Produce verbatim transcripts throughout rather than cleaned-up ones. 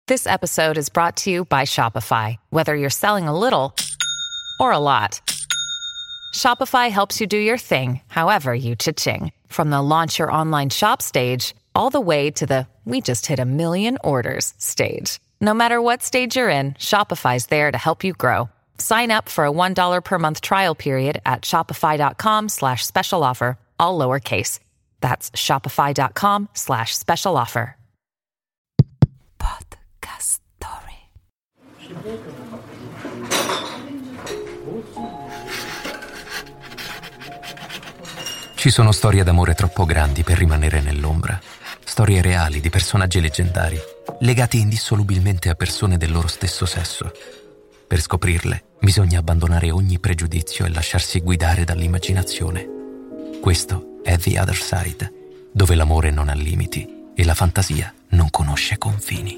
This episode is brought to you by Shopify. Whether you're selling a little or a lot, Shopify helps you do your thing, however you cha-ching. From the launch your online shop stage, all the way to the we just hit a million orders stage. No matter what stage you're in, Shopify's there to help you grow. Sign up for a one dollar per month trial period at shopify.com slash special offer, all lowercase. That's shopify.com slash special offer. Podcast Story. Ci sono storie d'amore troppo grandi per rimanere nell'ombra. Storie reali di personaggi leggendari, legati indissolubilmente a persone del loro stesso sesso. Per scoprirle, bisogna abbandonare ogni pregiudizio e lasciarsi guidare dall'immaginazione. Questo è The Other Side, dove l'amore non ha limiti e la fantasia non conosce confini.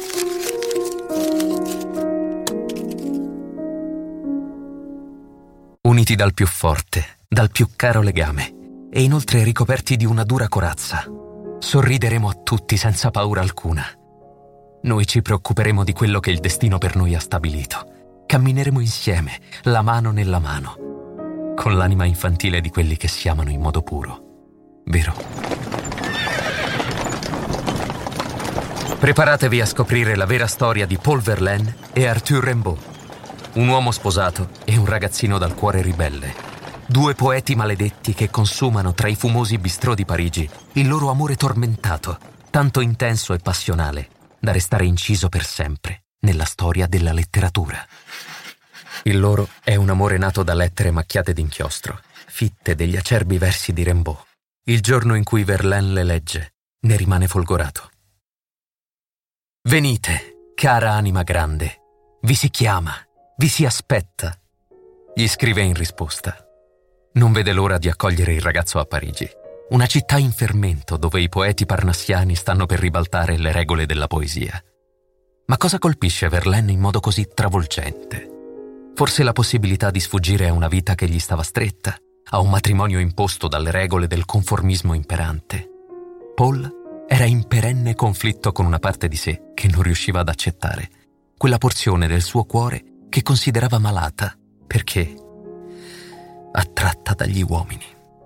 Uniti dal più forte, dal più caro legame, e inoltre ricoperti di una dura corazza, sorrideremo a tutti senza paura alcuna. Noi ci preoccuperemo di quello che il destino per noi ha stabilito. Cammineremo insieme, la mano nella mano, con l'anima infantile di quelli che si amano in modo puro. Vero? Preparatevi a scoprire la vera storia di Paul Verlaine e Arthur Rimbaud. Un uomo sposato e un ragazzino dal cuore ribelle. Due poeti maledetti che consumano tra i fumosi bistrò di Parigi il loro amore tormentato, tanto intenso e passionale da restare inciso per sempre nella storia della letteratura. Il loro è un amore nato da lettere macchiate d'inchiostro, fitte degli acerbi versi di Rimbaud. Il giorno in cui Verlaine le legge, ne rimane folgorato. Venite, cara anima grande, vi si chiama, vi si aspetta, gli scrive in risposta. Non vede l'ora di accogliere il ragazzo a Parigi, una città in fermento dove i poeti parnassiani stanno per ribaltare le regole della poesia. Ma cosa colpisce Verlaine in modo così travolgente? Forse la possibilità di sfuggire a una vita che gli stava stretta, a un matrimonio imposto dalle regole del conformismo imperante. Paul era in perenne conflitto con una parte di sé che non riusciva ad accettare, quella porzione del suo cuore che considerava malata, perché attratta dagli uomini.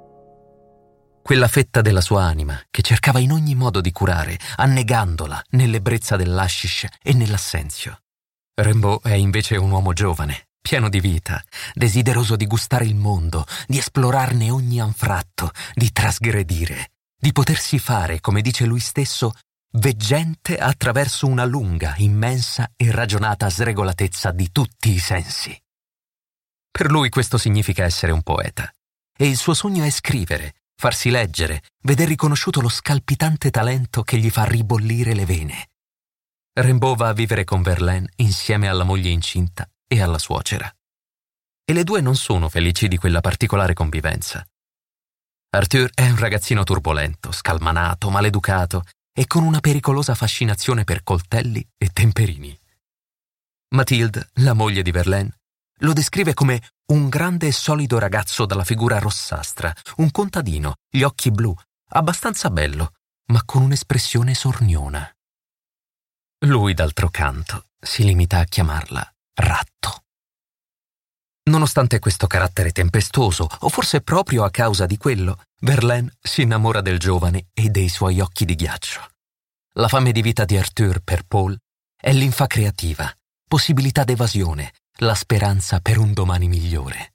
Quella fetta della sua anima che cercava in ogni modo di curare, annegandola nell'ebbrezza dell'hashish e nell'assenzio. Rimbaud è invece un uomo giovane, pieno di vita, desideroso di gustare il mondo, di esplorarne ogni anfratto, di trasgredire, di potersi fare, come dice lui stesso, veggente attraverso una lunga, immensa e ragionata sregolatezza di tutti i sensi. Per lui questo significa essere un poeta, e il suo sogno è scrivere, farsi leggere, veder riconosciuto lo scalpitante talento che gli fa ribollire le vene. Rimbaud va a vivere con Verlaine insieme alla moglie incinta e alla suocera. E le due non sono felici di quella particolare convivenza. Arthur è un ragazzino turbolento, scalmanato, maleducato e con una pericolosa fascinazione per coltelli e temperini. Mathilde, la moglie di Verlaine, lo descrive come un grande e solido ragazzo dalla figura rossastra, un contadino, gli occhi blu, abbastanza bello, ma con un'espressione sorniona. Lui, d'altro canto, si limita a chiamarla ratto. Nonostante questo carattere tempestoso, o forse proprio a causa di quello, Verlaine si innamora del giovane e dei suoi occhi di ghiaccio. La fame di vita di Arthur per Paul è linfa creativa, possibilità d'evasione, la speranza per un domani migliore.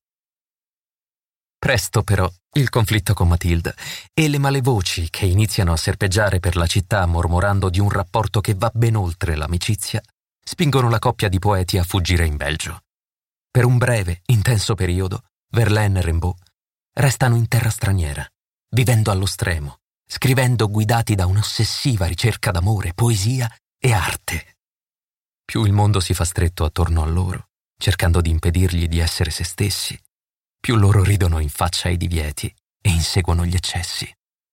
Presto, però, il conflitto con Mathilde e le malevoci che iniziano a serpeggiare per la città mormorando di un rapporto che va ben oltre l'amicizia spingono la coppia di poeti a fuggire in Belgio. Per un breve, intenso periodo, Verlaine e Rimbaud restano in terra straniera, vivendo allo stremo, scrivendo guidati da un'ossessiva ricerca d'amore, poesia e arte. Più il mondo si fa stretto attorno a loro, cercando di impedirgli di essere se stessi, più loro ridono in faccia ai divieti e inseguono gli eccessi.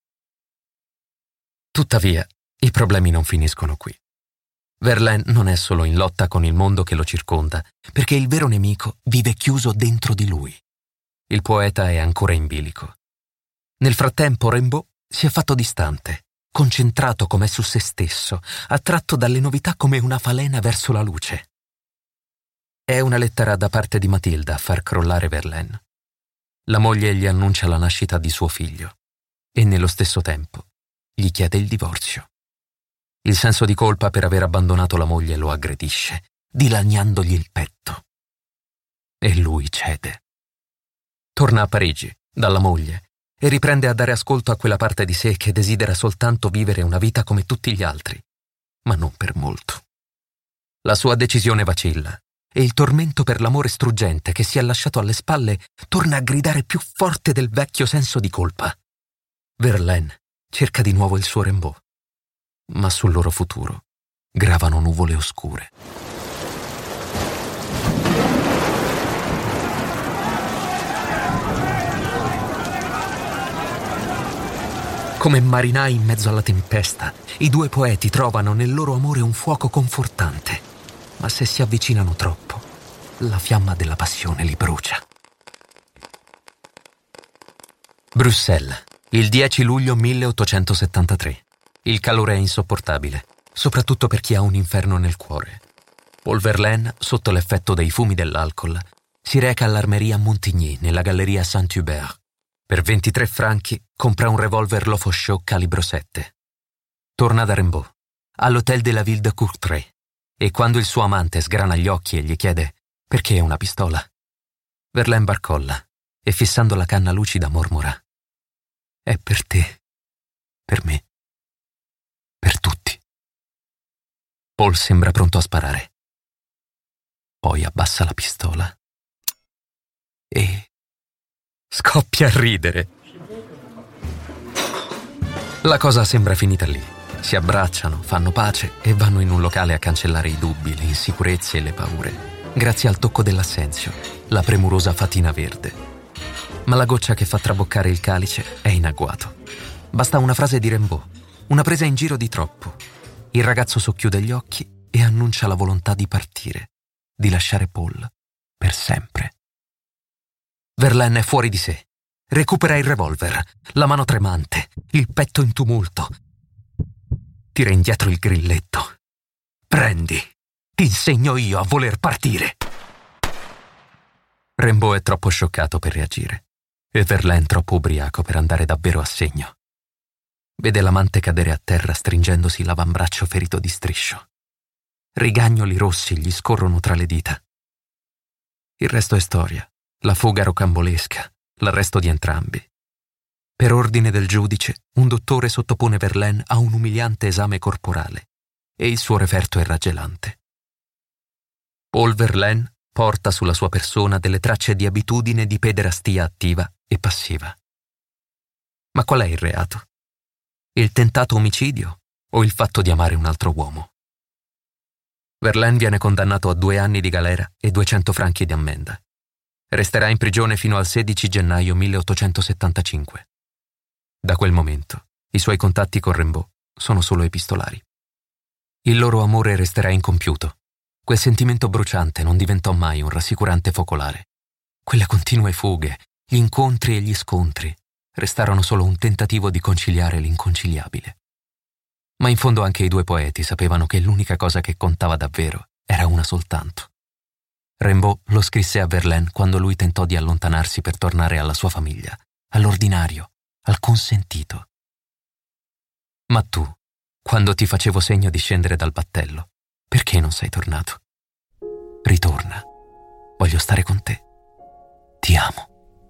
Tuttavia, i problemi non finiscono qui. Verlaine non è solo in lotta con il mondo che lo circonda, perché il vero nemico vive chiuso dentro di lui. Il poeta è ancora in bilico. Nel frattempo Rimbaud si è fatto distante, concentrato come su se stesso, attratto dalle novità come una falena verso la luce. È una lettera da parte di Matilda a far crollare Verlaine. La moglie gli annuncia la nascita di suo figlio e nello stesso tempo gli chiede il divorzio. Il senso di colpa per aver abbandonato la moglie lo aggredisce, dilaniandogli il petto. E lui cede. Torna a Parigi, dalla moglie, e riprende a dare ascolto a quella parte di sé che desidera soltanto vivere una vita come tutti gli altri, ma non per molto. La sua decisione vacilla e il tormento per l'amore struggente che si è lasciato alle spalle torna a gridare più forte del vecchio senso di colpa. Verlaine cerca di nuovo il suo Rimbaud, ma sul loro futuro gravano nuvole oscure. Come marinai in mezzo alla tempesta, i due poeti trovano nel loro amore un fuoco confortante, ma se si avvicinano troppo, la fiamma della passione li brucia. Bruxelles, il dieci luglio milleottocentosettantatré. Il calore è insopportabile, soprattutto per chi ha un inferno nel cuore. Paul Verlaine, sotto l'effetto dei fumi dell'alcol, si reca all'armeria Montigny, nella galleria Saint-Hubert. Per ventitré franchi compra un revolver Lofauchot calibro sette. Torna da Rimbaud, all'Hôtel de la Ville de Courtrai, e quando il suo amante sgrana gli occhi e gli chiede perché è una pistola, Verlaine barcolla e fissando la canna lucida mormora: «È per te, per me, per tutti». Paul sembra pronto a sparare. Poi abbassa la pistola e scoppia a ridere. La cosa sembra finita lì. Si abbracciano, fanno pace e vanno in un locale a cancellare i dubbi, le insicurezze e le paure, grazie al tocco dell'assenzio, la premurosa fatina verde. Ma la goccia che fa traboccare il calice è in agguato. Basta una frase di Rimbaud, una presa in giro di troppo. Il ragazzo socchiude gli occhi e annuncia la volontà di partire, di lasciare Paul per sempre. Verlaine è fuori di sé. Recupera il revolver, la mano tremante, il petto in tumulto. Tira indietro il grilletto. «Prendi! Ti insegno io a voler partire!» Rimbaud è troppo scioccato per reagire e Verlaine troppo ubriaco per andare davvero a segno. Vede l'amante cadere a terra stringendosi l'avambraccio ferito di striscio. Rigagnoli rossi gli scorrono tra le dita. Il resto è storia, la fuga rocambolesca, l'arresto di entrambi. Per ordine del giudice, un dottore sottopone Verlaine a un umiliante esame corporale e il suo referto è raggelante. Paul Verlaine porta sulla sua persona delle tracce di abitudine di pederastia attiva e passiva. Ma qual è il reato? Il tentato omicidio o il fatto di amare un altro uomo? Verlaine viene condannato a due anni di galera e duecento franchi di ammenda. Resterà in prigione fino al sedici gennaio milleottocentosettantacinque. Da quel momento, i suoi contatti con Rimbaud sono solo epistolari. Il loro amore resterà incompiuto. Quel sentimento bruciante non diventò mai un rassicurante focolare. Quelle continue fughe, gli incontri e gli scontri restarono solo un tentativo di conciliare l'inconciliabile. Ma in fondo anche i due poeti sapevano che l'unica cosa che contava davvero era una soltanto. Rimbaud lo scrisse a Verlaine quando lui tentò di allontanarsi per tornare alla sua famiglia, all'ordinario, al consentito. Ma tu, quando ti facevo segno di scendere dal battello, perché non sei tornato? Ritorna. Voglio stare con te. Ti amo.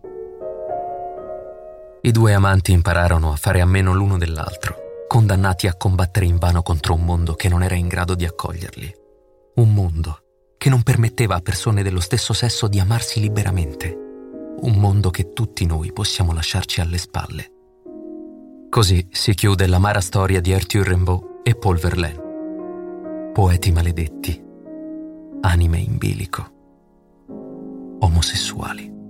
I due amanti impararono a fare a meno l'uno dell'altro, condannati a combattere invano contro un mondo che non era in grado di accoglierli. Un mondo che non permetteva a persone dello stesso sesso di amarsi liberamente. Un mondo che tutti noi possiamo lasciarci alle spalle. Così si chiude l'amara storia di Arthur Rimbaud e Paul Verlaine. Poeti maledetti, anime in bilico, omosessuali.